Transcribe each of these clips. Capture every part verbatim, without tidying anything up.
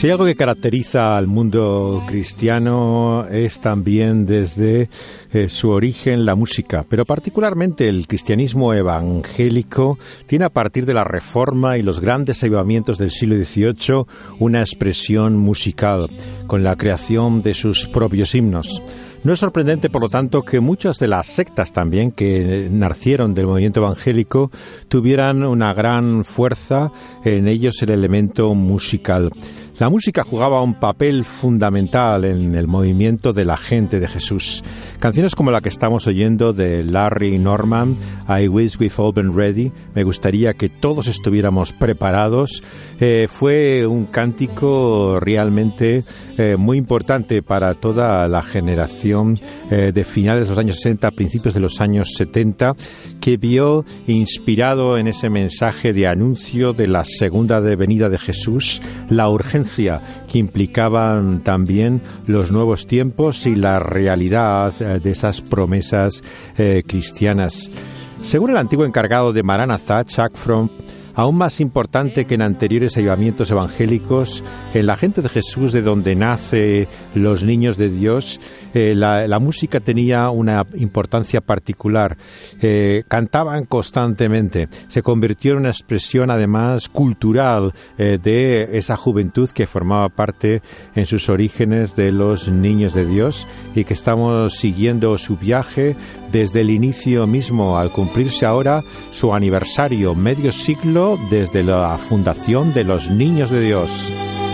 Si hay algo que caracteriza al mundo cristiano es también desde eh, su origen la música, pero particularmente el cristianismo evangélico tiene a partir de la Reforma y los grandes avivamientos del siglo dieciocho una expresión musical, con la creación de sus propios himnos. No es sorprendente, por lo tanto, que muchas de las sectas también que nacieron del movimiento evangélico tuvieran una gran fuerza en ellos el elemento musical. La música jugaba un papel fundamental en el movimiento de la gente de Jesús. Canciones como la que estamos oyendo de Larry Norman, I Wish We've All Been Ready, me gustaría que todos estuviéramos preparados, eh, fue un cántico realmente eh, muy importante para toda la generación eh, de finales de los años sesenta, principios de los años setenta, que vio inspirado en ese mensaje de anuncio de la segunda venida de Jesús, la urgencia que implicaban también los nuevos tiempos y la realidad de esas promesas eh, cristianas. Según el antiguo encargado de Maranatha, Chuck Fromm, aún más importante que en anteriores avivamientos evangélicos, en la gente de Jesús, de donde nace los niños de Dios, eh, la, la música tenía una importancia particular. Eh, cantaban constantemente. Se convirtió en una expresión, además, cultural eh, de esa juventud que formaba parte en sus orígenes de los niños de Dios y que estamos siguiendo su viaje desde el inicio mismo, al cumplirse ahora su aniversario, medio siglo desde la fundación de los niños de Dios.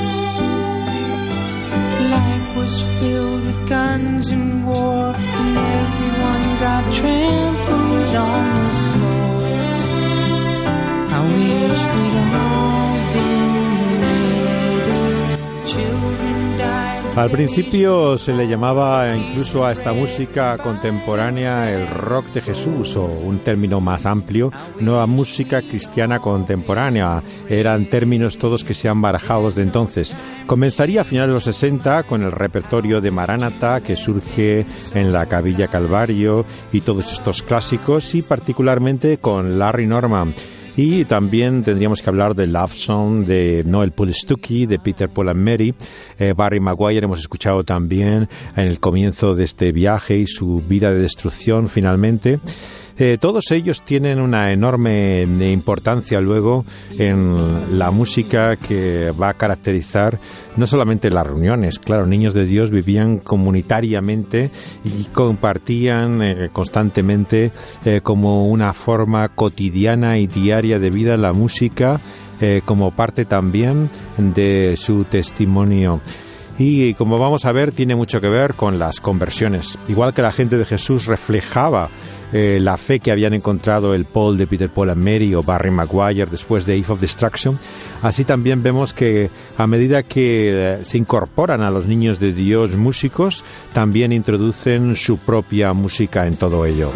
Life was filled with guns and war, and everyone got trampled on the floor. I wish we'd all been ready. Children died. Al principio se le llamaba incluso a esta música contemporánea el rock de Jesús, o un término más amplio, nueva música cristiana contemporánea. Eran términos todos que se han barajado desde entonces. Comenzaría a finales de los sesenta con el repertorio de Maranatha, que surge en la Capilla Calvario, y todos estos clásicos, y particularmente con Larry Norman. Y también tendríamos que hablar de Love Song de Noel Paul Stuckey, de Peter, Paul and Mary. Eh, Barry Maguire hemos escuchado también en el comienzo de este viaje y su vida de destrucción finalmente. Eh, todos ellos tienen una enorme importancia luego en la música que va a caracterizar no solamente las reuniones. Claro, niños de Dios vivían comunitariamente y compartían eh, constantemente eh, como una forma cotidiana y diaria de vida la música eh, como parte también de su testimonio. Y como vamos a ver, tiene mucho que ver con las conversiones. Igual que la gente de Jesús reflejaba eh, la fe que habían encontrado el Paul de Peter, Paul and Mary o Barry Maguire después de Eve of Destruction, así también vemos que a medida que eh, se incorporan a los niños de Dios músicos, también introducen su propia música en todo ello.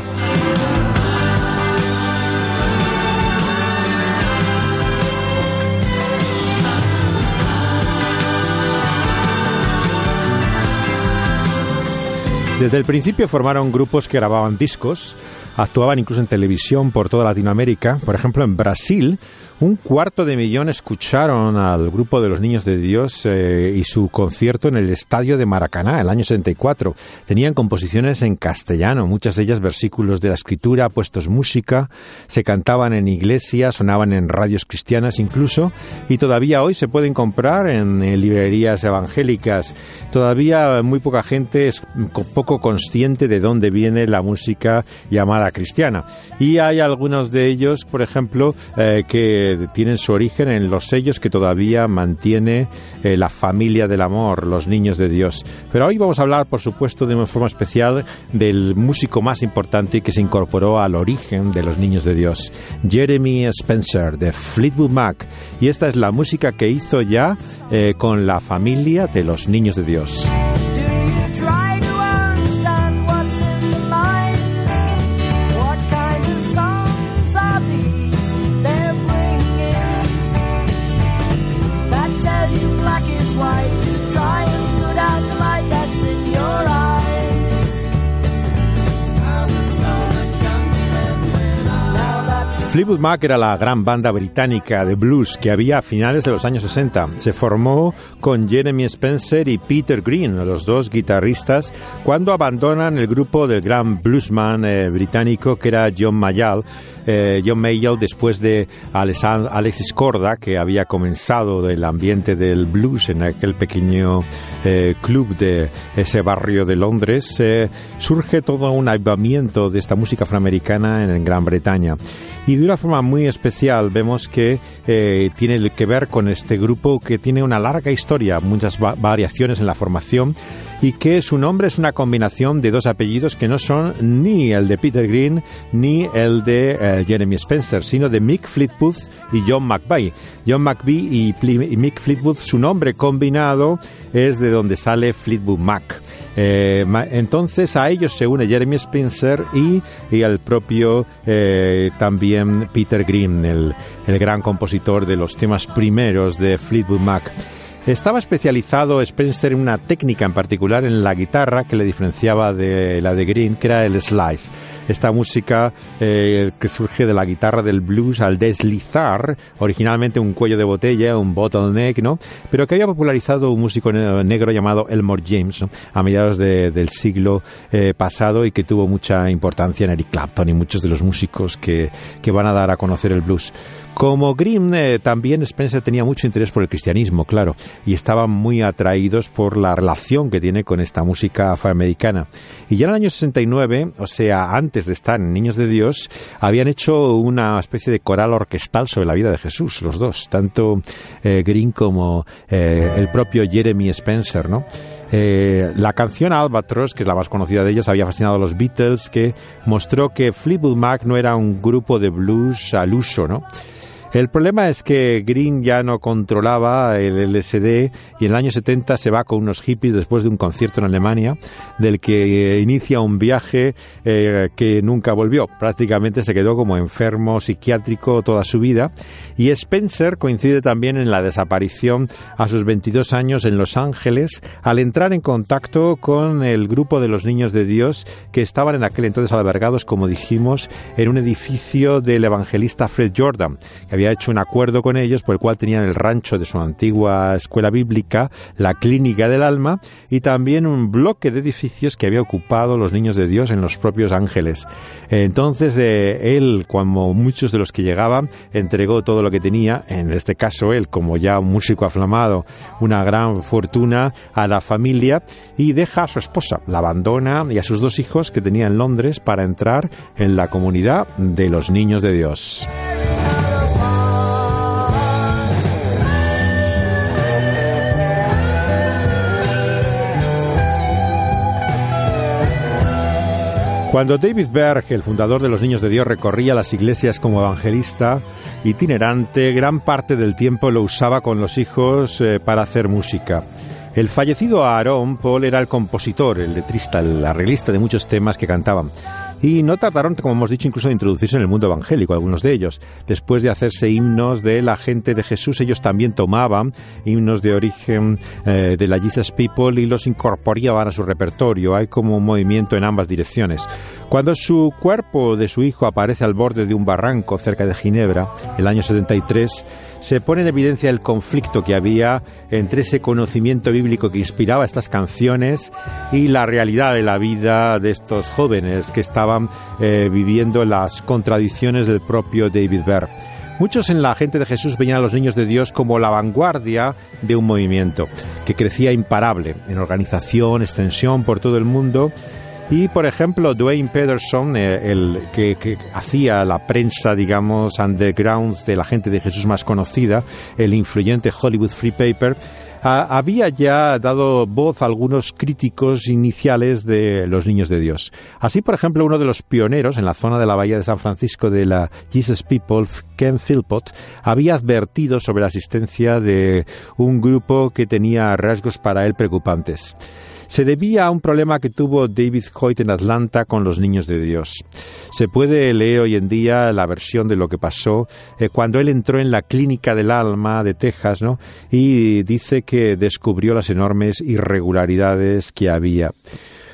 Desde el principio formaron grupos que grababan discos, actuaban incluso en televisión por toda Latinoamérica. Por ejemplo, en Brasil, un cuarto de millón escucharon al grupo de los Niños de Dios eh, y su concierto en el estadio de Maracaná, el año setenta y cuatro. Tenían composiciones en castellano, muchas de ellas versículos de la Escritura, puestos música, se cantaban en iglesias, sonaban en radios cristianas incluso, y todavía hoy se pueden comprar en, en librerías evangélicas. Todavía muy poca gente es poco consciente de dónde viene la música llamada cristiana. Y hay algunos de ellos, por ejemplo, eh, que tienen su origen en los sellos que todavía mantiene eh, la familia del amor, los niños de Dios. Pero hoy vamos a hablar, por supuesto, de una forma especial del músico más importante que se incorporó al origen de los niños de Dios, Jeremy Spencer, de Fleetwood Mac. Y esta es la música que hizo ya eh, con la familia de los niños de Dios. Fleetwood Mac era la gran banda británica de blues que había a finales de los años sesenta. Se formó con Jeremy Spencer y Peter Green, los dos guitarristas, cuando abandonan el grupo del gran bluesman eh, británico que era John Mayall. Eh, John Mayall, después de Alexis Korda, que había comenzado del ambiente del blues en aquel pequeño eh, club de ese barrio de Londres, eh, surge todo un avivamiento de esta música afroamericana en Gran Bretaña. Y de una forma muy especial vemos que eh, tiene que ver con este grupo que tiene una larga historia, muchas va- variaciones en la formación, y que su nombre es una combinación de dos apellidos que no son ni el de Peter Green ni el de eh, Jeremy Spencer, sino de Mick Fleetwood y John McVie. John McVie y, Pl- y Mick Fleetwood, su nombre combinado es de donde sale Fleetwood Mac. Eh, ma- entonces a ellos se une Jeremy Spencer y, y el propio eh, también Peter Green, el, el gran compositor de los temas primeros de Fleetwood Mac. Estaba especializado Spencer en una técnica en particular en la guitarra que le diferenciaba de la de Green, que era el slide. Esta música eh, que surge de la guitarra del blues al deslizar, originalmente un cuello de botella, un bottleneck, ¿no? Pero que había popularizado un músico negro llamado Elmore James, ¿no? A mediados de, del siglo eh, pasado, y que tuvo mucha importancia en Eric Clapton y muchos de los músicos que, que van a dar a conocer el blues. Como Green, eh, también Spencer tenía mucho interés por el cristianismo, claro, y estaban muy atraídos por la relación que tiene con esta música afroamericana. Y ya en el año sesenta y nueve, o sea, antes de estar en Niños de Dios, habían hecho una especie de coral orquestal sobre la vida de Jesús, los dos, tanto eh, Green como eh, el propio Jeremy Spencer, ¿no? Eh, la canción Albatross, que es la más conocida de ellos, había fascinado a los Beatles, que mostró que Fleetwood Mac no era un grupo de blues al uso, ¿no? El problema es que Green ya no controlaba el L S D y en el año setenta se va con unos hippies después de un concierto en Alemania, del que eh, inicia un viaje eh, que nunca volvió. Prácticamente se quedó como enfermo psiquiátrico toda su vida. Y Spencer coincide también en la desaparición a sus veintidós años en Los Ángeles, al entrar en contacto con el grupo de los Niños de Dios que estaban en aquel entonces albergados, como dijimos, en un edificio del evangelista Fred Jordan, que había había hecho un acuerdo con ellos por el cual tenían el rancho de su antigua escuela bíblica, la Clínica del Alma, y también un bloque de edificios que había ocupado los Niños de Dios en los propios Ángeles. Entonces eh, él, como muchos de los que llegaban, entregó todo lo que tenía, en este caso él, como ya un músico aflamado, una gran fortuna a la familia, y deja a su esposa, la abandona, y a sus dos hijos que tenía en Londres, para entrar en la comunidad de los Niños de Dios. Cuando David Berg, el fundador de los Niños de Dios, recorría las iglesias como evangelista itinerante, gran parte del tiempo lo usaba con los hijos eh, para hacer música. El fallecido Aaron Paul era el compositor, el letrista, el arreglista de muchos temas que cantaban. Y no trataron, como hemos dicho, incluso de introducirse en el mundo evangélico, algunos de ellos. Después de hacerse himnos de la gente de Jesús, ellos también tomaban himnos de origen eh, de la Jesus People y los incorporaban a su repertorio. Hay como un movimiento en ambas direcciones. Cuando su cuerpo de su hijo aparece al borde de un barranco cerca de Ginebra, el año setenta y tres, se pone en evidencia el conflicto que había entre ese conocimiento bíblico que inspiraba estas canciones y la realidad de la vida de estos jóvenes que estaban eh, viviendo las contradicciones del propio David Berg. Muchos en la gente de Jesús veían a los Niños de Dios como la vanguardia de un movimiento que crecía imparable en organización, extensión por todo el mundo. Y, por ejemplo, Dwayne Peterson, eh, el que, que hacía la prensa, digamos, underground de la gente de Jesús más conocida, el influyente Hollywood Free Paper, a, había ya dado voz a algunos críticos iniciales de los Niños de Dios. Así, por ejemplo, uno de los pioneros en la zona de la Bahía de San Francisco de la Jesus People, Ken Philpott, había advertido sobre la existencia de un grupo que tenía rasgos para él preocupantes. Se debía a un problema que tuvo David Hoyt en Atlanta con los Niños de Dios. Se puede leer hoy en día la versión de lo que pasó eh, cuando él entró en la Clínica del Alma de Texas, ¿no? Y dice que descubrió las enormes irregularidades que había.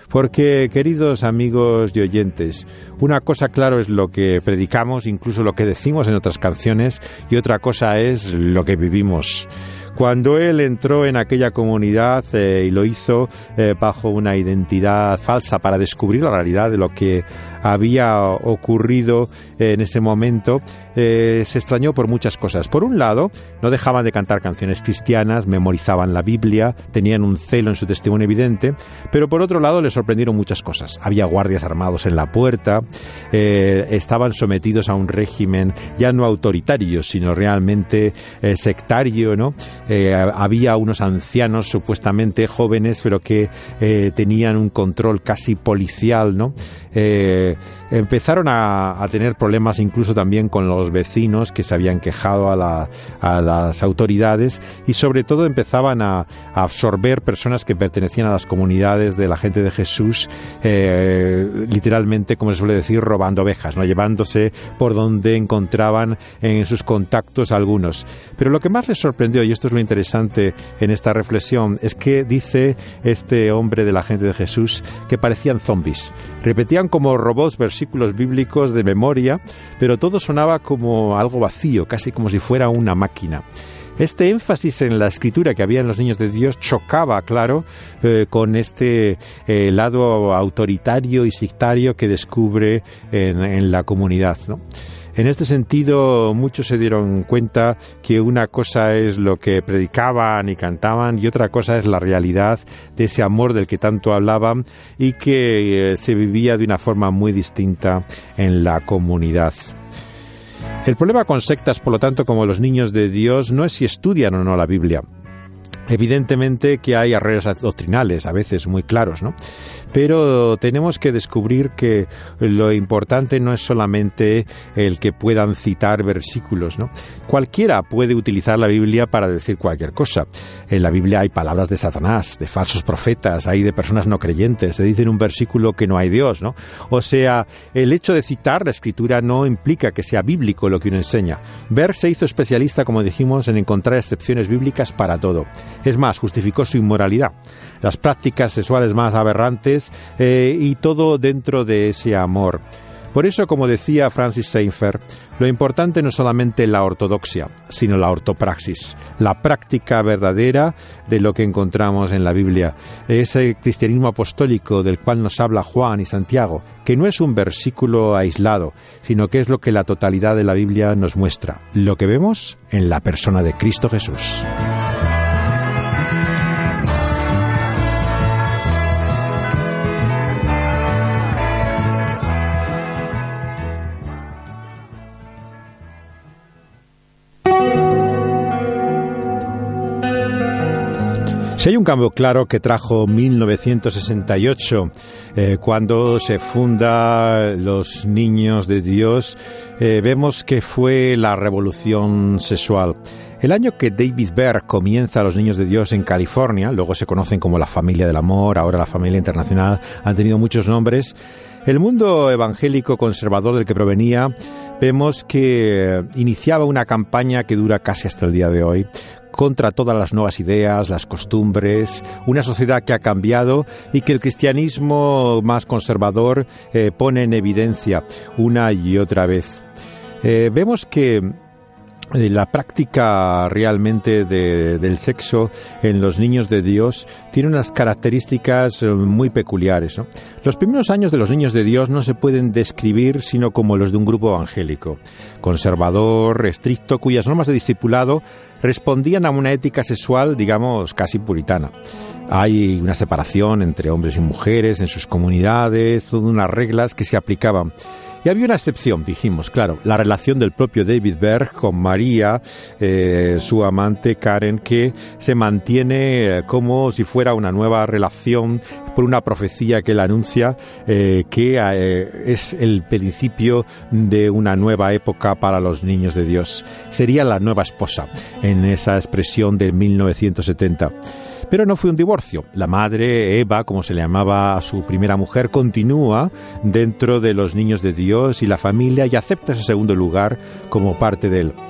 Porque, queridos amigos y oyentes, una cosa, claro, es lo que predicamos, incluso lo que decimos en otras canciones, y otra cosa es lo que vivimos. Cuando él entró en aquella comunidad eh, y lo hizo eh, bajo una identidad falsa para descubrir la realidad de lo que había ocurrido eh, en ese momento, eh, se extrañó por muchas cosas. Por un lado, no dejaban de cantar canciones cristianas, memorizaban la Biblia, tenían un celo en su testimonio evidente, pero por otro lado le sorprendieron muchas cosas. Había guardias armados en la puerta, eh, estaban sometidos a un régimen ya no autoritario, sino realmente eh, sectario, ¿no? Eh, había unos ancianos supuestamente jóvenes, pero que eh, tenían un control casi policial, ¿no? Eh, empezaron a, a tener problemas incluso también con los vecinos que se habían quejado a, la, a las autoridades, y sobre todo empezaban a, a absorber personas que pertenecían a las comunidades de la gente de Jesús, eh, literalmente, como se suele decir, robando ovejas, ¿no? Llevándose por donde encontraban en sus contactos algunos. Pero lo que más les sorprendió, y esto es lo interesante en esta reflexión, es que dice este hombre de la gente de Jesús que parecían zombies. Repetían como robots versículos bíblicos de memoria, pero todo sonaba como algo vacío, casi como si fuera una máquina. Este énfasis en la escritura que había en los niños de Dios chocaba, claro, eh, con este eh, lado autoritario y sectario que descubre en, en la comunidad, ¿no? En este sentido, muchos se dieron cuenta que una cosa es lo que predicaban y cantaban y otra cosa es la realidad de ese amor del que tanto hablaban y que eh, se vivía de una forma muy distinta en la comunidad. El problema con sectas, por lo tanto, como los niños de Dios, no es si estudian o no la Biblia. Evidentemente que hay arreglos doctrinales, a veces muy claros, ¿no? Pero tenemos que descubrir que lo importante no es solamente el que puedan citar versículos, ¿no? Cualquiera puede utilizar la Biblia para decir cualquier cosa. En la Biblia hay palabras de Satanás, de falsos profetas, hay de personas no creyentes, se dice en un versículo que no hay Dios, ¿no? O sea, el hecho de citar la Escritura no implica que sea bíblico lo que uno enseña. Berg se hizo especialista, como dijimos, en encontrar excepciones bíblicas para todo. Es más, justificó su inmoralidad, las prácticas sexuales más aberrantes eh, y todo dentro de ese amor. Por eso, como decía Francis Schaeffer, lo importante no es solamente la ortodoxia, sino la ortopraxis, la práctica verdadera de lo que encontramos en la Biblia. Ese cristianismo apostólico del cual nos habla Juan y Santiago, que no es un versículo aislado, sino que es lo que la totalidad de la Biblia nos muestra, lo que vemos en la persona de Cristo Jesús. Si hay un cambio claro que trajo mil novecientos sesenta y ocho, eh, cuando se funda los Niños de Dios, eh, vemos que fue la revolución sexual. El año que David Berg comienza Los Niños de Dios en California, luego se conocen como la Familia del Amor, ahora la Familia Internacional, han tenido muchos nombres. El mundo evangélico conservador del que provenía, vemos que iniciaba una campaña que dura casi hasta el día de hoy, contra todas las nuevas ideas, las costumbres, una sociedad que ha cambiado y que el cristianismo más conservador eh, pone en evidencia una y otra vez. Eh, vemos que la práctica realmente de, del sexo en los niños de Dios tiene unas características muy peculiares, ¿no? Los primeros años de los niños de Dios no se pueden describir sino como los de un grupo evangélico, conservador, estricto, cuyas normas de discipulado respondían a una ética sexual, digamos, casi puritana. Hay una separación entre hombres y mujeres en sus comunidades, todas unas reglas que se aplicaban. Y había una excepción, dijimos, claro, la relación del propio David Berg con María, eh, su amante Karen, que se mantiene como si fuera una nueva relación por una profecía que él anuncia, eh, que eh, es el principio de una nueva época para los niños de Dios. Sería la nueva esposa, en esa expresión de mil novecientos setenta. Pero no fue un divorcio. La madre, Eva, como se le llamaba a su primera mujer, continúa dentro de los niños de Dios y la familia y acepta ese segundo lugar como parte de él.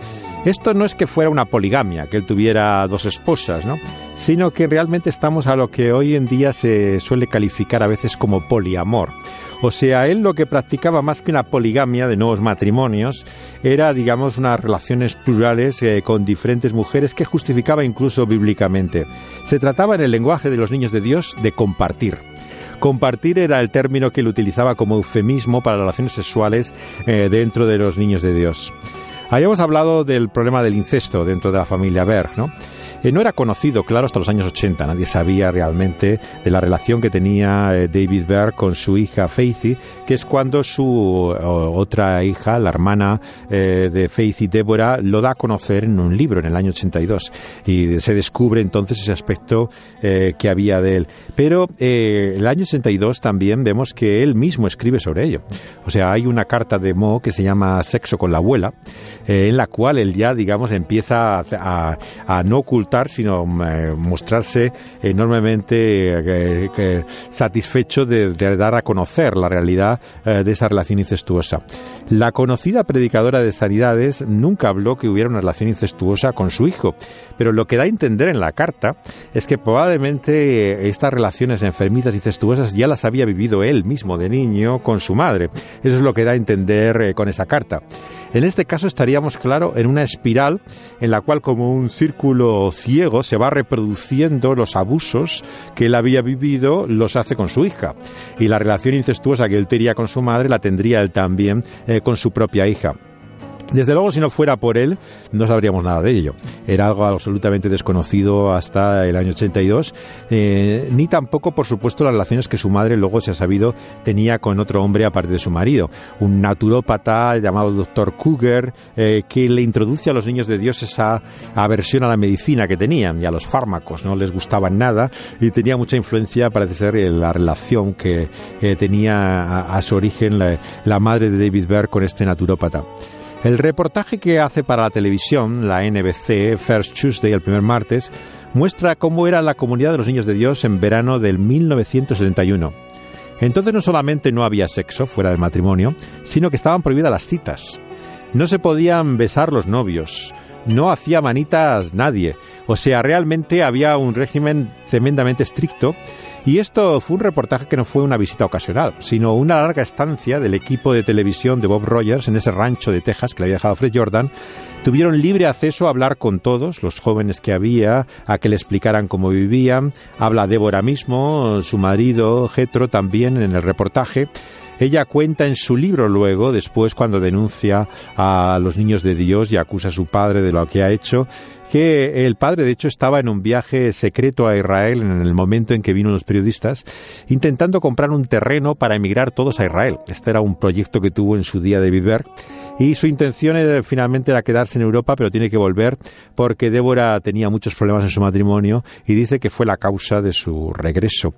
Esto no es que fuera una poligamia, que él tuviera dos esposas, ¿no?, sino que realmente estamos a lo que hoy en día se suele calificar a veces como poliamor. O sea, él lo que practicaba más que una poligamia de nuevos matrimonios era, digamos, unas relaciones plurales eh, con diferentes mujeres que justificaba incluso bíblicamente. Se trataba en el lenguaje de los niños de Dios de compartir. Compartir era el término que él utilizaba como eufemismo para las relaciones sexuales eh, dentro de los niños de Dios. Habíamos hablado del problema del incesto dentro de la familia Berg, ¿no? Eh, no era conocido, claro, hasta los años ochenta. Nadie sabía realmente de la relación que tenía eh, David Berg con su hija Faithy, que es cuando su o, otra hija, la hermana eh, de Faithy, Deborah, lo da a conocer en un libro en el año ochenta y dos. Y se descubre entonces ese aspecto eh, que había de él. Pero eh, el año ochenta y dos también vemos que él mismo escribe sobre ello. O sea, hay una carta de Mo que se llama Sexo con la abuela, eh, en la cual él ya, digamos, empieza a, a, a no ocultar sino eh, mostrarse enormemente eh, eh, satisfecho de, de dar a conocer la realidad eh, de esa relación incestuosa. La conocida predicadora de sanidades nunca habló que hubiera una relación incestuosa con su hijo, pero lo que da a entender en la carta es que probablemente eh, estas relaciones enfermizas incestuosas ya las había vivido él mismo de niño con su madre. Eso es lo que da a entender eh, con esa carta. En este caso estaríamos, claro, en una espiral en la cual, como un círculo ciego, se va reproduciendo los abusos que él había vivido, los hace con su hija. Y la relación incestuosa que él tenía con su madre la tendría él también eh, con su propia hija. Desde luego, si no fuera por él, no sabríamos nada de ello. Era algo absolutamente desconocido hasta el año ochenta y dos, eh, ni tampoco, por supuesto, las relaciones que su madre luego se ha sabido tenía con otro hombre aparte de su marido. Un naturópata llamado doctor Cougar, eh, que le introduce a los niños de Dios esa aversión a la medicina que tenían y a los fármacos. No les gustaban nada y tenía mucha influencia, parece ser, en la relación que eh, tenía a, a su origen la, la madre de David Berg con este naturópata. El reportaje que hace para la televisión, la N B C, First Tuesday, el primer martes, muestra cómo era la comunidad de los niños de Dios en verano del mil novecientos setenta y uno. Entonces no solamente no había sexo fuera del matrimonio, sino que estaban prohibidas las citas. No se podían besar los novios, no hacía manitas nadie. O sea, realmente había un régimen tremendamente estricto. Y esto fue un reportaje que no fue una visita ocasional, sino una larga estancia del equipo de televisión de Bob Rogers en ese rancho de Texas que le había dejado Fred Jordan. Tuvieron libre acceso a hablar con todos los jóvenes que había, a que le explicaran cómo vivían. Habla Débora mismo, su marido, Jethro, también en el reportaje. Ella cuenta en su libro luego, después cuando denuncia a los niños de Dios y acusa a su padre de lo que ha hecho, que el padre de hecho estaba en un viaje secreto a Israel en el momento en que vino los periodistas, intentando comprar un terreno para emigrar todos a Israel. Este era un proyecto que tuvo en su día David Berg, y su intención era, finalmente era quedarse en Europa, pero tiene que volver porque Débora tenía muchos problemas en su matrimonio y dice que fue la causa de su regreso.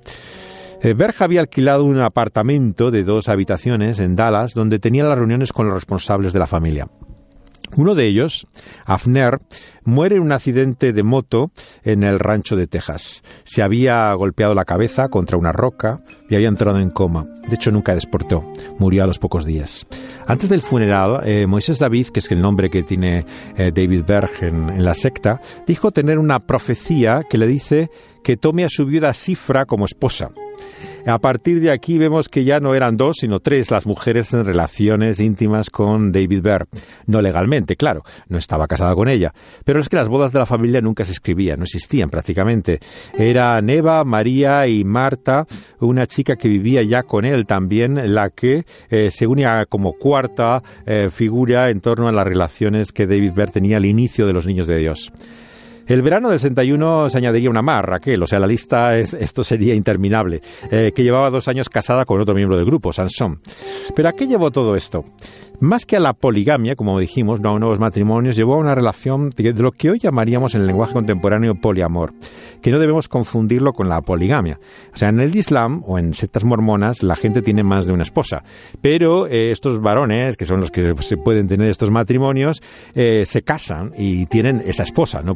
Berg había alquilado un apartamento de dos habitaciones en Dallas donde tenía las reuniones con los responsables de la familia. Uno de ellos, Avner, muere en un accidente de moto en el rancho de Texas. Se había golpeado la cabeza contra una roca y había entrado en coma. De hecho, nunca despertó. Murió a los pocos días. Antes del funeral, eh, Moisés David, que es el nombre que tiene eh, David Berg en, en la secta, dijo tener una profecía que le dice que tome a su viuda Sifra como esposa. A partir de aquí vemos que ya no eran dos, sino tres las mujeres en relaciones íntimas con David Berg. No legalmente, claro, no estaba casada con ella. Pero es que las bodas de la familia nunca se escribían, no existían prácticamente. Eran Eva, María y Marta, una chica que vivía ya con él también, la que eh, se unía como cuarta eh, figura en torno a las relaciones que David Berg tenía al inicio de los niños de Dios. El verano del sesenta y uno se añadiría una más, Raquel, o sea, la lista, es, esto sería interminable, eh, que llevaba dos años casada con otro miembro del grupo, Sansón. ¿Pero a qué llevó todo esto? Más que a la poligamia, como dijimos, no a nuevos matrimonios, llevó a una relación de lo que hoy llamaríamos en el lenguaje contemporáneo poliamor, que no debemos confundirlo con la poligamia. O sea, en el Islam o en sectas mormonas la gente tiene más de una esposa, pero eh, estos varones, que son los que se pueden tener estos matrimonios, eh, se casan y tienen esa esposa, no pueden tener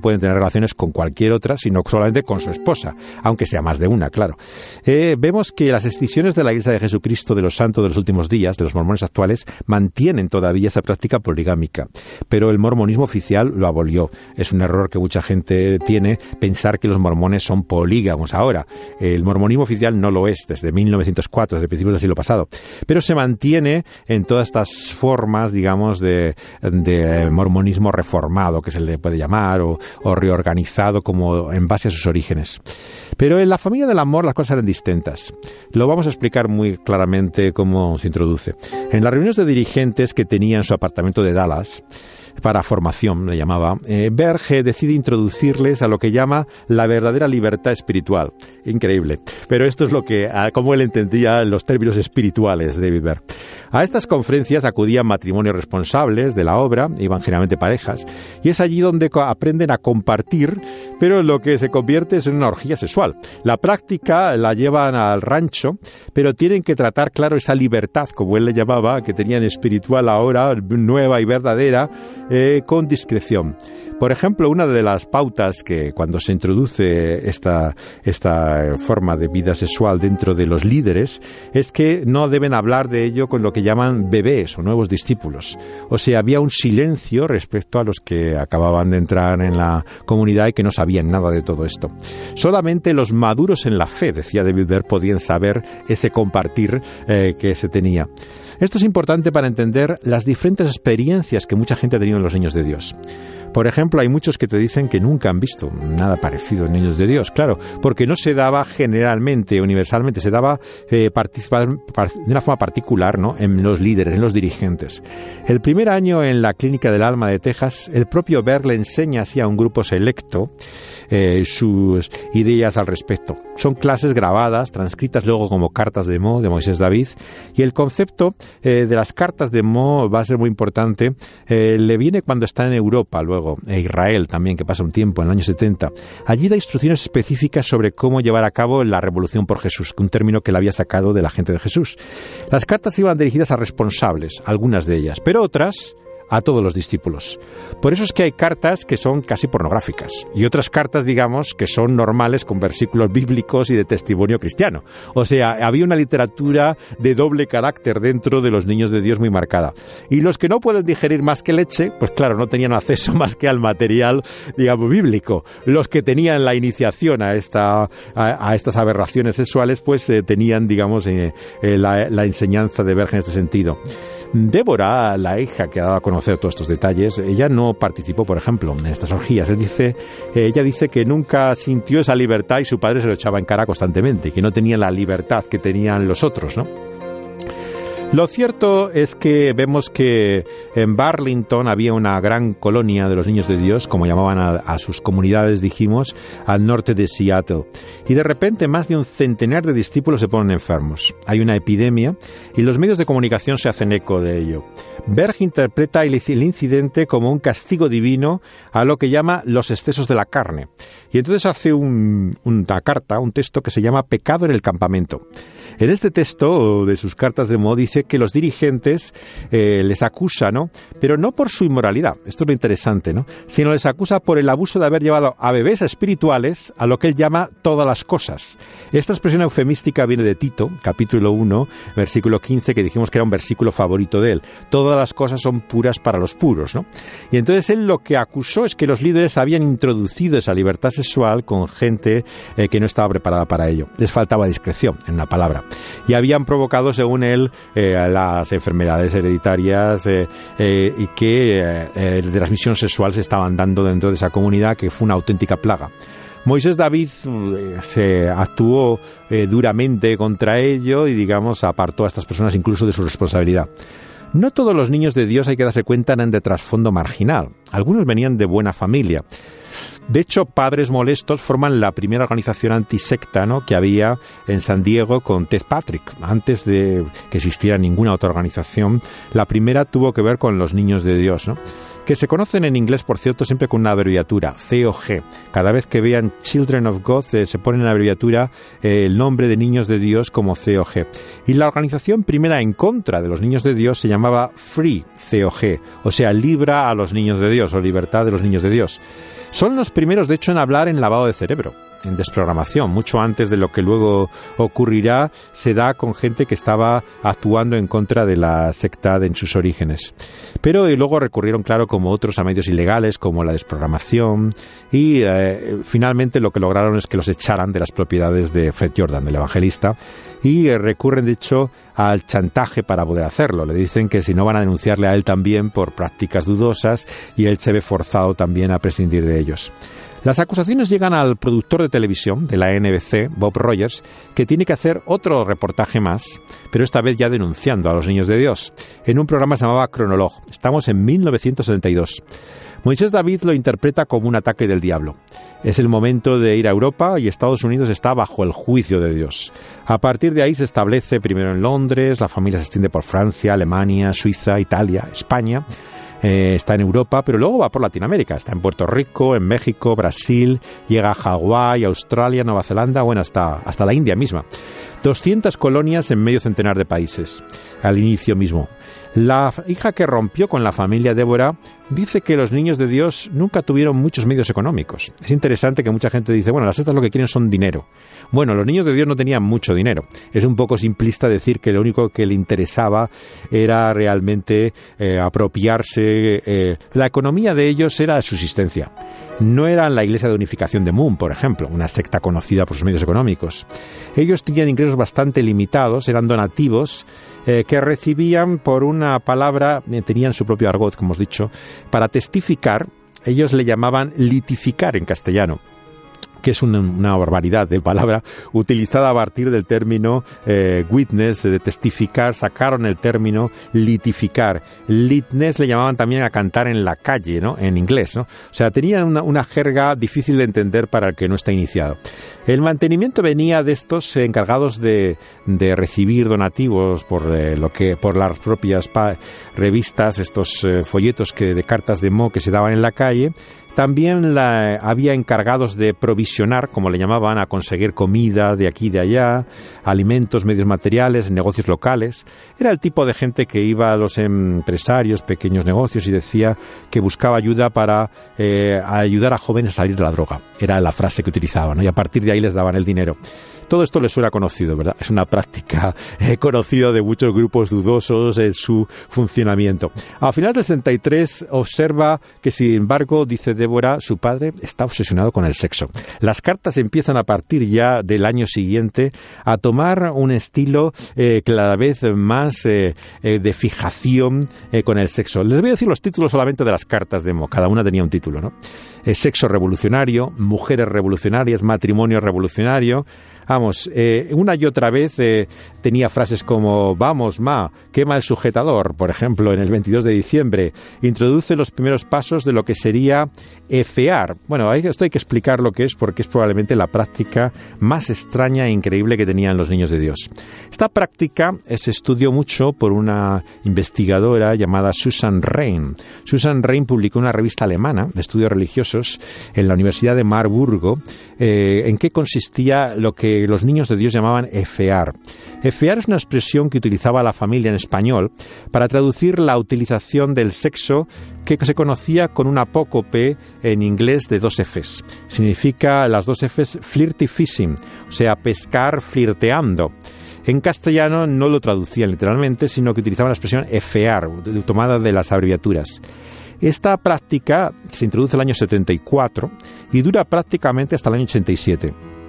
relaciones con cualquier otra, sino solamente con su esposa, aunque sea más de una, claro. Eh, vemos que las escisiones de la Iglesia de Jesucristo de los Santos de los Últimos Días, de los mormones actuales, mantienen todavía esa práctica poligámica, pero el mormonismo oficial lo abolió. Es un error que mucha gente tiene, pensar que los mormones son polígamos ahora. El mormonismo oficial no lo es desde mil novecientos cuatro, desde principios del siglo pasado, pero se mantiene en todas estas formas, digamos, de, de mormonismo reformado, que se le puede llamar, o, o reorganizado como en base a sus orígenes. Pero en la familia del amor las cosas eran distintas. Lo vamos a explicar muy claramente cómo se introduce. En las reuniones de dirigentes que tenía en su apartamento de Dallas, para formación, le llamaba, eh, Berge decide introducirles a lo que llama la verdadera libertad espiritual. Increíble. Pero esto es lo que, a, como él entendía los términos espirituales de David Berg. A estas conferencias acudían matrimonios responsables de la obra, iban generalmente parejas, y es allí donde co- aprenden a compartir, pero lo que se convierte es en una orgía sexual. La práctica la llevan al rancho, pero tienen que tratar, claro, esa libertad, como él le llamaba, que tenían espiritual ahora, nueva y verdadera, Eh, con discreción. Por ejemplo, una de las pautas que cuando se introduce esta, esta forma de vida sexual dentro de los líderes es que no deben hablar de ello con lo que llaman bebés o nuevos discípulos. O sea, había un silencio respecto a los que acababan de entrar en la comunidad y que no sabían nada de todo esto. Solamente los maduros en la fe, decía David Berg, podían saber ese compartir eh, que se tenía. Esto es importante para entender las diferentes experiencias que mucha gente ha tenido en los niños de Dios. Por ejemplo, hay muchos que te dicen que nunca han visto nada parecido en Niños de Dios, claro, porque no se daba generalmente, universalmente, se daba eh, participar, par, de una forma particular, ¿no?, en los líderes, en los dirigentes. El primer año en la Clínica del Alma de Texas, el propio Berg le enseña así a un grupo selecto eh, sus ideas al respecto. Son clases grabadas, transcritas luego como cartas de Mo, de Moisés David, y el concepto eh, de las cartas de Mo va a ser muy importante. Eh, le viene cuando está en Europa, luego e Israel también, que pasa un tiempo, en el año setenta. Allí da instrucciones específicas sobre cómo llevar a cabo la revolución por Jesús, un término que le había sacado de la gente de Jesús. Las cartas iban dirigidas a responsables, algunas de ellas, pero otras a todos los discípulos. Por eso es que hay cartas que son casi pornográficas y otras cartas, digamos, que son normales con versículos bíblicos y de testimonio cristiano. O sea, había una literatura de doble carácter dentro de los niños de Dios muy marcada. Y los que no pueden digerir más que leche, pues claro, no tenían acceso más que al material, digamos, bíblico. Los que tenían la iniciación a esta a, a estas aberraciones sexuales, pues eh, tenían, digamos, eh, eh, la, la enseñanza de Berg en este sentido. Débora, la hija que ha dado a conocer todos estos detalles, ella no participó, por ejemplo, en estas orgías. Él dice, ella dice que nunca sintió esa libertad y su padre se lo echaba en cara constantemente, que no tenía la libertad que tenían los otros, ¿no? Lo cierto es que vemos que en Burlington había una gran colonia de los niños de Dios, como llamaban a, a sus comunidades, dijimos, al norte de Seattle. Y de repente más de un centenar de discípulos se ponen enfermos. Hay una epidemia y los medios de comunicación se hacen eco de ello. Berg interpreta el, el incidente como un castigo divino a lo que llama los excesos de la carne. Y entonces hace un, una carta, un texto que se llama Pecado en el campamento. En este texto de sus cartas de Mo dice que los dirigentes eh, les acusa, ¿no?, pero no por su inmoralidad, esto es lo interesante, ¿no?, sino les acusa por el abuso de haber llevado a bebés espirituales a lo que él llama todas las cosas. Esta expresión eufemística viene de Tito, capítulo uno, versículo quince, que dijimos que era un versículo favorito de él. Todas las cosas son puras para los puros, ¿no? Y entonces él lo que acusó es que los líderes habían introducido esa libertad sexual con gente eh, que no estaba preparada para ello. Les faltaba discreción, en una palabra. Y habían provocado, según él, eh, las enfermedades hereditarias eh, eh, y que eh, de transmisión sexual se estaban dando dentro de esa comunidad, que fue una auténtica plaga. Moisés David eh, se actuó eh, duramente contra ello y, digamos, apartó a estas personas incluso de su responsabilidad. No todos los niños de Dios, hay que darse cuenta, eran de trasfondo marginal. Algunos venían de buena familia. De hecho, Padres Molestos forman la primera organización antisecta, ¿no?, que había en San Diego con Ted Patrick. Antes de que existiera ninguna otra organización, la primera tuvo que ver con los niños de Dios, ¿no?, que se conocen en inglés, por cierto, siempre con una abreviatura, C O G. Cada vez que vean Children of God, eh, se pone en la abreviatura eh, el nombre de niños de Dios como C O G. Y la organización primera en contra de los niños de Dios se llamaba Free C O G, o sea, libra a los niños de Dios, o libertad de los niños de Dios. Son los primeros, de hecho, en hablar en lavado de cerebro, en desprogramación. Mucho antes de lo que luego ocurrirá, se da con gente que estaba actuando en contra de la secta en sus orígenes. Pero y luego recurrieron, claro, como otros, a medios ilegales, como la desprogramación, y eh, finalmente lo que lograron es que los echaran de las propiedades de Fred Jordan, del evangelista, y eh, recurren, de hecho, al chantaje para poder hacerlo. Le dicen que si no van a denunciarle a él también por prácticas dudosas, y él se ve forzado también a prescindir de ellos. Las acusaciones llegan al productor de televisión de la N B C, Bob Rogers, que tiene que hacer otro reportaje más, pero esta vez ya denunciando a los niños de Dios, en un programa que se llamaba Cronolog. Estamos en mil novecientos setenta y dos. Moisés David lo interpreta como un ataque del diablo. Es el momento de ir a Europa y Estados Unidos está bajo el juicio de Dios. A partir de ahí se establece primero en Londres, la familia se extiende por Francia, Alemania, Suiza, Italia, España. Eh, está en Europa, pero luego va por Latinoamérica. Está en Puerto Rico, en México, Brasil, llega a Hawái, Australia, Nueva Zelanda, bueno, hasta, hasta la India misma. doscientas colonias en medio centenar de países, al inicio mismo. La hija que rompió con la familia Débora dice que los niños de Dios nunca tuvieron muchos medios económicos. Es interesante que mucha gente dice, bueno, las sectas lo que quieren son dinero. Bueno, los niños de Dios no tenían mucho dinero. Es un poco simplista decir que lo único que le interesaba era realmente eh, apropiarse. Eh, la economía de ellos era subsistencia. No eran la Iglesia de Unificación de Moon, por ejemplo, una secta conocida por sus medios económicos. Ellos tenían ingresos bastante limitados, eran donativos eh, que recibían por una palabra, eh, tenían su propio argot, como os he dicho, para testificar. Ellos le llamaban litificar en castellano, que es una, una barbaridad de palabra utilizada a partir del término eh, witness, de testificar. Sacaron el término litificar. Litness le llamaban también a cantar en la calle, ¿no? En inglés, ¿no? O sea, tenían una, una jerga difícil de entender para el que no está iniciado. El mantenimiento venía de estos encargados de, de recibir donativos por eh, lo que por las propias pa- revistas, estos eh, folletos que de cartas de Mo que se daban en la calle. También la, había encargados de provisionar, como le llamaban, a conseguir comida de aquí y de allá, alimentos, medios materiales, negocios locales. Era el tipo de gente que iba a los empresarios, pequeños negocios, y decía que buscaba ayuda para eh, ayudar a jóvenes a salir de la droga. Era la frase que utilizaban, ¿no? Y a partir de ahí les daban el dinero. Todo esto les suena conocido, ¿verdad? Es una práctica eh, conocida de muchos grupos dudosos en su funcionamiento. A finales del sesenta y tres observa que, sin embargo, dice Débora, su padre está obsesionado con el sexo. Las cartas empiezan a partir ya del año siguiente a tomar un estilo eh, cada vez más eh, eh, de fijación eh, con el sexo. Les voy a decir los títulos solamente de las cartas de Mo. Cada una tenía un título, ¿no? Eh, sexo revolucionario, mujeres revolucionarias, matrimonio revolucionario. Vamos, eh, una y otra vez eh, tenía frases como «Vamos, ma, quema el sujetador», por ejemplo, en el veintidós de diciembre. Introduce los primeros pasos de lo que sería efear. Bueno, esto hay que explicar lo que es porque es probablemente la práctica más extraña e increíble que tenían los niños de Dios. Esta práctica se estudió mucho por una investigadora llamada Susan Rein. Susan Rein publicó una revista alemana de estudios religiosos en la Universidad de Marburgo, eh, en qué consistía lo que los niños de Dios llamaban efear. Efear es una expresión que utilizaba la familia en español para traducir la utilización del sexo que se conocía con un apócope en inglés de dos Fs. Significa las dos Fs flirty fishing, o sea, pescar flirteando. En castellano no lo traducían literalmente, sino que utilizaban la expresión efear, tomada de las abreviaturas. Esta práctica se introduce en el año setenta y cuatro y dura prácticamente hasta el año ochenta y siete.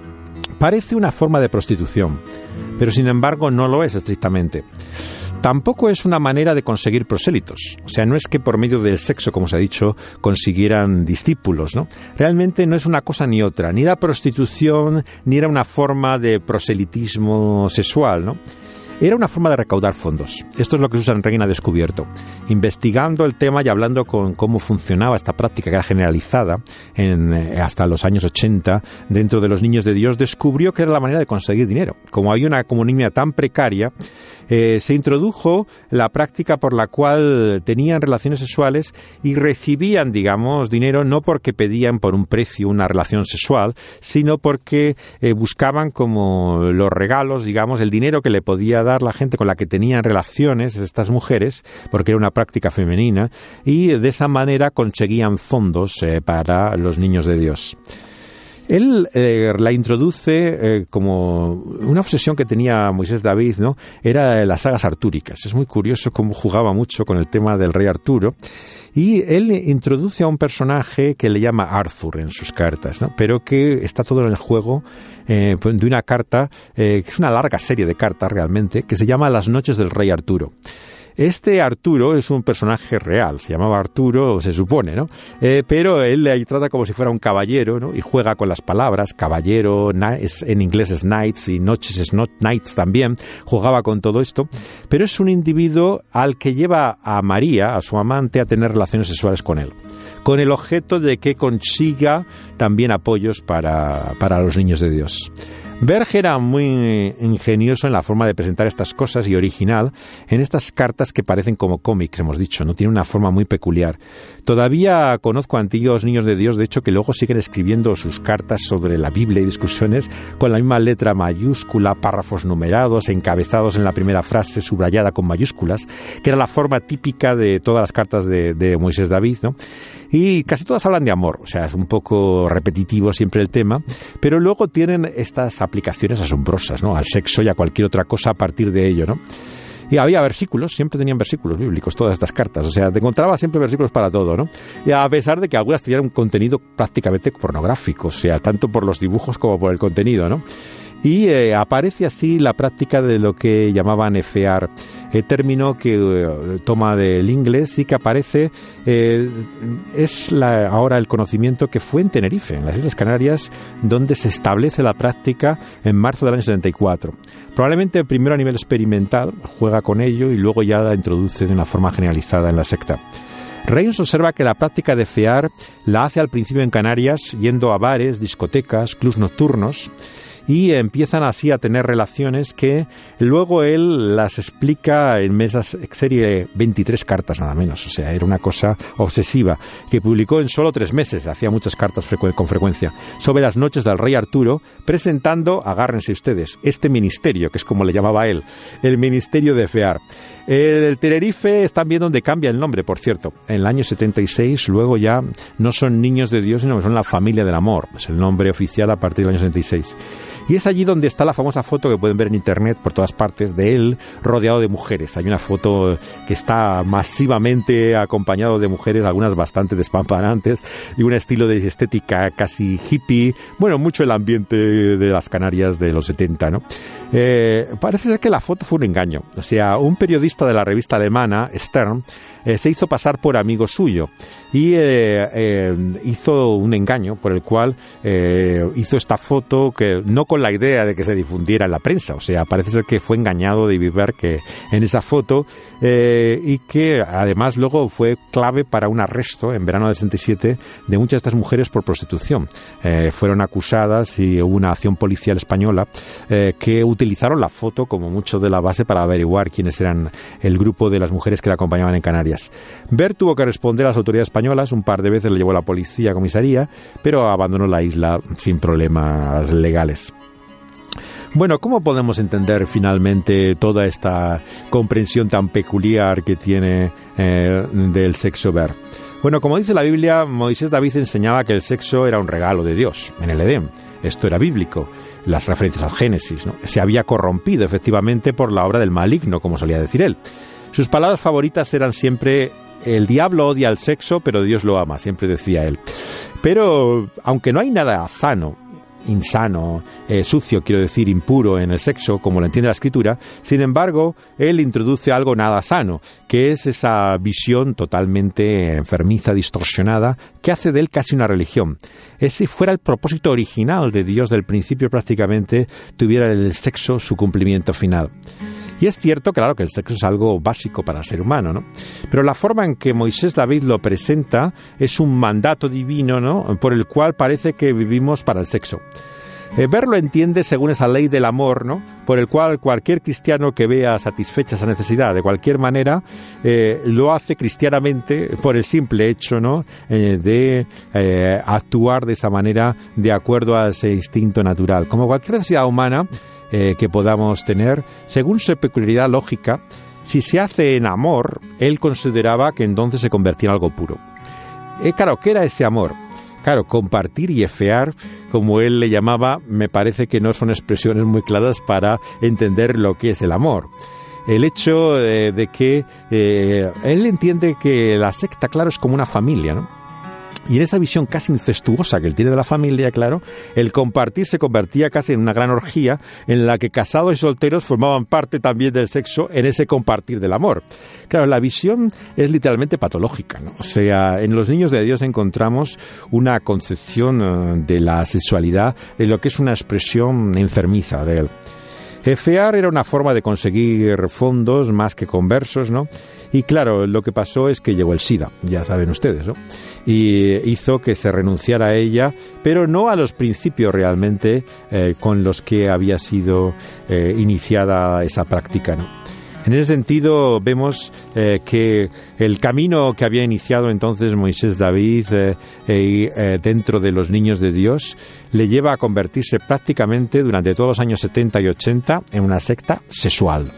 Parece una forma de prostitución, pero sin embargo no lo es estrictamente. Tampoco es una manera de conseguir prosélitos. O sea, no es que por medio del sexo, como se ha dicho, consiguieran discípulos, ¿no? Realmente no es una cosa ni otra. Ni era prostitución, ni era una forma de proselitismo sexual, ¿no? Era una forma de recaudar fondos. Esto es lo que Susan Rein ha descubierto. Investigando el tema y hablando con cómo funcionaba esta práctica que era generalizada en, eh, hasta los años ochenta dentro de los niños de Dios, descubrió que era la manera de conseguir dinero. Como había una economía tan precaria, eh, se introdujo la práctica por la cual tenían relaciones sexuales y recibían, digamos, dinero no porque pedían por un precio una relación sexual, sino porque eh, buscaban como los regalos, digamos, el dinero que le podía dar la gente con la que tenían relaciones, estas mujeres, porque era una práctica femenina, y de esa manera conseguían fondos eh, para los niños de Dios. Él eh, la introduce eh, como una obsesión que tenía Moisés David, ¿no? Era las sagas artúricas. Es muy curioso cómo jugaba mucho con el tema del rey Arturo. Y él introduce a un personaje que le llama Arthur en sus cartas, ¿no? Pero que está todo en el juego eh, de una carta, eh, que es una larga serie de cartas realmente, que se llama Las noches del rey Arturo. Este Arturo es un personaje real, se llamaba Arturo, se supone, ¿no? Eh, pero él ahí trata como si fuera un caballero, ¿no? Y juega con las palabras, caballero, es, en inglés es knights y noches es not, knights también, jugaba con todo esto. Pero es un individuo al que lleva a María, a su amante, a tener relaciones sexuales con él, con el objeto de que consiga también apoyos para, para los niños de Dios. Berg era muy ingenioso en la forma de presentar estas cosas y original en estas cartas que parecen como cómics, hemos dicho, ¿no? Tiene una forma muy peculiar. Todavía conozco a antiguos niños de Dios, de hecho, que luego siguen escribiendo sus cartas sobre la Biblia y discusiones con la misma letra mayúscula, párrafos numerados, encabezados en la primera frase subrayada con mayúsculas, que era la forma típica de todas las cartas de, de Moisés David, ¿no? Y casi todas hablan de amor, o sea, es un poco repetitivo siempre el tema, pero luego tienen estas aplicaciones asombrosas, ¿no? Al sexo y a cualquier otra cosa a partir de ello, ¿no? Y había versículos, siempre tenían versículos bíblicos, todas estas cartas, o sea, te encontrabas siempre versículos para todo, ¿no? Y a pesar de que algunas tenían un contenido prácticamente pornográfico, o sea, tanto por los dibujos como por el contenido, ¿no? Y eh, aparece así la práctica de lo que llamaban efear, eh, término que eh, toma del inglés y que aparece, eh, es la, ahora el conocimiento que fue en Tenerife, en las Islas Canarias, donde se establece la práctica en marzo del año setenta y cuatro. Probablemente primero a nivel experimental, juega con ello y luego ya la introduce de una forma generalizada en la secta. Reynolds observa que la práctica de fear la hace al principio en Canarias, yendo a bares, discotecas, clubs nocturnos, y empiezan así a tener relaciones que luego él las explica en mesas serie veintitrés cartas nada menos, o sea, era una cosa obsesiva, que publicó en solo tres meses, hacía muchas cartas frecu- con frecuencia, sobre las noches del rey Arturo, presentando, agárrense ustedes, este ministerio, que es como le llamaba él, el ministerio de fear. El Tenerife es también donde cambia el nombre, por cierto. En el año setenta y seis, luego ya no son niños de Dios, sino que son la familia del amor. Es el nombre oficial a partir del año setenta y seis. Y es allí donde está la famosa foto que pueden ver en internet por todas partes de él rodeado de mujeres. Hay una foto que está masivamente acompañado de mujeres, algunas bastante despampanantes, y un estilo de estética casi hippie. Bueno, mucho el ambiente de las Canarias de los setenta, ¿no? Eh, parece ser que la foto fue un engaño. O sea, un periodista de la revista alemana, Stern, eh, se hizo pasar por amigo suyo y eh, eh, hizo un engaño por el cual eh, hizo esta foto que no con la idea de que se difundiera en la prensa, o sea, parece ser que fue engañado David Berg que en esa foto eh, y que además luego fue clave para un arresto en verano del sesenta y siete de muchas de estas mujeres por prostitución. Eh, fueron acusadas y hubo una acción policial española eh, que utilizaron la foto como mucho de la base para averiguar quiénes eran el grupo de las mujeres que la acompañaban en Canarias. Berg tuvo que responder a las autoridades españolas, un par de veces le llevó a la policía a comisaría, pero abandonó la isla sin problemas legales. Bueno, ¿cómo podemos entender finalmente toda esta comprensión tan peculiar que tiene eh, del sexo Berg? Bueno, como dice la Biblia, Moisés David enseñaba que el sexo era un regalo de Dios en el Edén. Esto era bíblico. Las referencias al Génesis, ¿no? Se había corrompido efectivamente por la obra del maligno, como solía decir él. Sus palabras favoritas eran siempre: el diablo odia el sexo, pero Dios lo ama, siempre decía él. Pero, aunque no hay nada sano, insano, eh, sucio, quiero decir, impuro en el sexo, como lo entiende la Escritura, sin embargo, él introduce algo nada sano, que es esa visión totalmente enfermiza, distorsionada, que hace de él casi una religión. Ese fuera el propósito original de Dios del principio, prácticamente tuviera el sexo su cumplimiento final. Y es cierto, claro, que el sexo es algo básico para el ser humano, ¿no? Pero la forma en que Moisés David lo presenta es un mandato divino, ¿no?, por el cual parece que vivimos para el sexo. Eh, verlo entiende según esa ley del amor, ¿no?, por el cual cualquier cristiano que vea satisfecha esa necesidad de cualquier manera, eh, lo hace cristianamente por el simple hecho, ¿no?, eh, de eh, actuar de esa manera de acuerdo a ese instinto natural. Como cualquier necesidad humana eh, que podamos tener, según su peculiaridad lógica, si se hace en amor, él consideraba que entonces se convertía en algo puro. Eh, claro, ¿qué era ese amor? Claro, compartir y efear, como él le llamaba, me parece que no son expresiones muy claras para entender lo que es el amor. El hecho eh, de que eh, él entiende que la secta, claro, es como una familia, ¿no? Y en esa visión casi incestuosa que él tiene de la familia, claro, el compartir se convertía casi en una gran orgía en la que casados y solteros formaban parte también del sexo en ese compartir del amor. Claro, la visión es literalmente patológica, ¿no? O sea, en los niños de Dios encontramos una concepción de la sexualidad de lo que es una expresión enfermiza de él. Efear era una forma de conseguir fondos más que conversos, ¿no? Y claro, lo que pasó es que llegó el SIDA, ya saben ustedes, ¿no? Y hizo que se renunciara a ella, pero no a los principios realmente eh, con los que había sido eh, iniciada esa práctica, ¿no? En ese sentido, vemos eh, que el camino que había iniciado entonces Moisés David eh, eh, dentro de los niños de Dios le lleva a convertirse prácticamente durante todos los años setenta y ochenta en una secta sexual.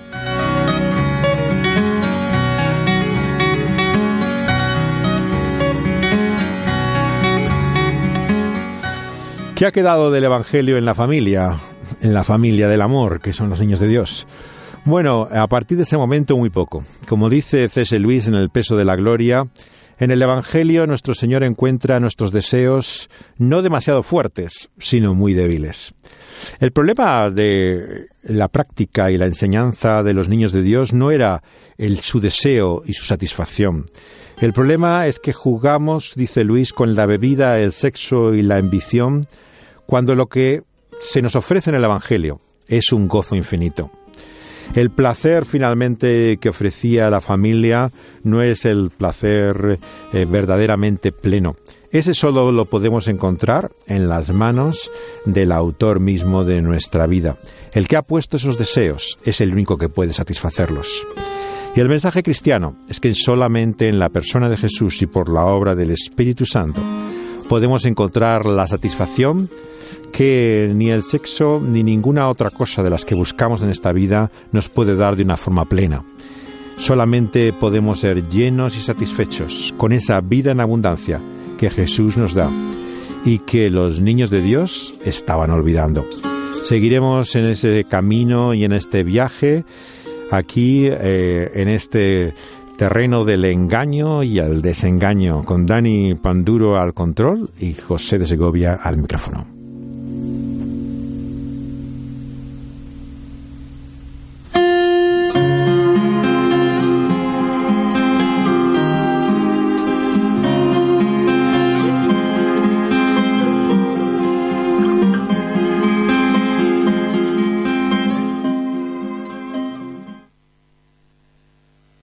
¿Qué ha quedado del Evangelio en la familia? En la familia del amor, que son los niños de Dios. Bueno, a partir de ese momento muy poco. Como dice C S Lewis en El peso de la gloria, en el Evangelio nuestro Señor encuentra nuestros deseos no demasiado fuertes, sino muy débiles. El problema de la práctica y la enseñanza de los niños de Dios no era el, su deseo y su satisfacción. El problema es que jugamos, dice Luis, con la bebida, el sexo y la ambición, cuando lo que se nos ofrece en el Evangelio es un gozo infinito. El placer finalmente que ofrecía la familia no es el placer eh, verdaderamente pleno. Ese solo lo podemos encontrar en las manos del autor mismo de nuestra vida. El que ha puesto esos deseos es el único que puede satisfacerlos. Y el mensaje cristiano es que solamente en la persona de Jesús y por la obra del Espíritu Santo podemos encontrar la satisfacción que ni el sexo ni ninguna otra cosa de las que buscamos en esta vida nos puede dar de una forma plena. Solamente podemos ser llenos y satisfechos con esa vida en abundancia que Jesús nos da y que los niños de Dios estaban olvidando. Seguiremos en ese camino y en este viaje aquí eh, en este terreno del engaño y el desengaño, con Dani Panduro al control y José de Segovia al micrófono.